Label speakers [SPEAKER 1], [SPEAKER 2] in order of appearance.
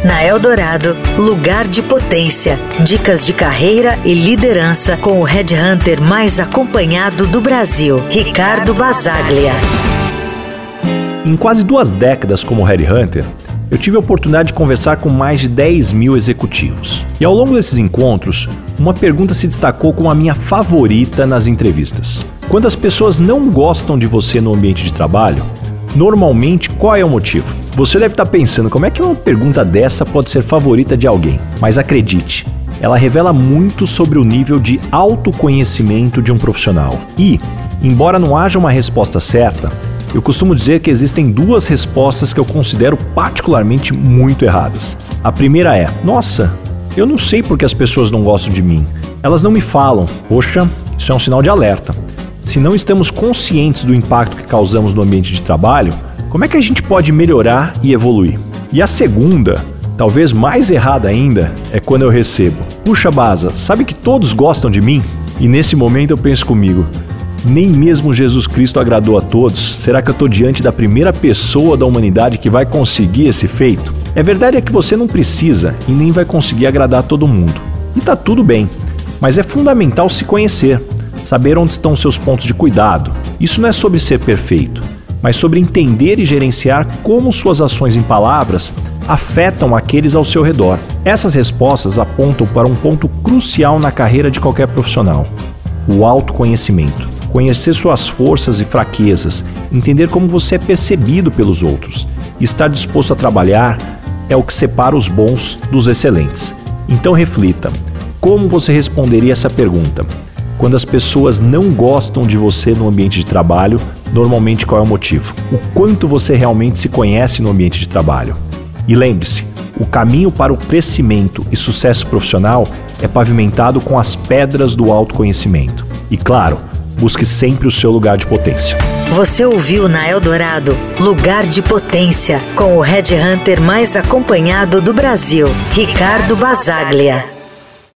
[SPEAKER 1] Na Eldorado, Lugar de Potência. Dicas de carreira e liderança com o headhunter mais acompanhado do Brasil, Ricardo Basaglia.
[SPEAKER 2] Em quase 2 décadas como headhunter, eu tive a oportunidade de conversar com mais de 10 mil executivos. E ao longo desses encontros, uma pergunta se destacou como a minha favorita nas entrevistas. Quando as pessoas não gostam de você no ambiente de trabalho, normalmente qual é o motivo? Você deve estar pensando, como é que uma pergunta dessa pode ser favorita de alguém? Mas acredite, ela revela muito sobre o nível de autoconhecimento de um profissional. E, embora não haja uma resposta certa, eu costumo dizer que existem 2 respostas que eu considero particularmente muito erradas. A primeira é: nossa, eu não sei por que as pessoas não gostam de mim. Elas não me falam. Poxa, isso é um sinal de alerta. Se não estamos conscientes do impacto que causamos no ambiente de trabalho, como é que a gente pode melhorar e evoluir? E a segunda, talvez mais errada ainda, é quando eu recebo: puxa, Basa, sabe que todos gostam de mim? E nesse momento eu penso comigo: nem mesmo Jesus Cristo agradou a todos. Será que eu estou diante da primeira pessoa da humanidade que vai conseguir esse feito? A verdade é que você não precisa e nem vai conseguir agradar todo mundo. E tá tudo bem, mas é fundamental se conhecer, saber onde estão seus pontos de cuidado. Isso não é sobre ser perfeito, mas sobre entender e gerenciar como suas ações em palavras afetam aqueles ao seu redor. Essas respostas apontam para um ponto crucial na carreira de qualquer profissional: o autoconhecimento. Conhecer suas forças e fraquezas, entender como você é percebido pelos outros e estar disposto a trabalhar é o que separa os bons dos excelentes. Então reflita, como você responderia essa pergunta? Quando as pessoas não gostam de você no ambiente de trabalho, normalmente qual é o motivo? O quanto você realmente se conhece no ambiente de trabalho? E lembre-se, o caminho para o crescimento e sucesso profissional é pavimentado com as pedras do autoconhecimento. E claro, busque sempre o seu lugar de potência.
[SPEAKER 1] Você ouviu na Eldorado Lugar de Potência, com o headhunter mais acompanhado do Brasil, Ricardo Basaglia.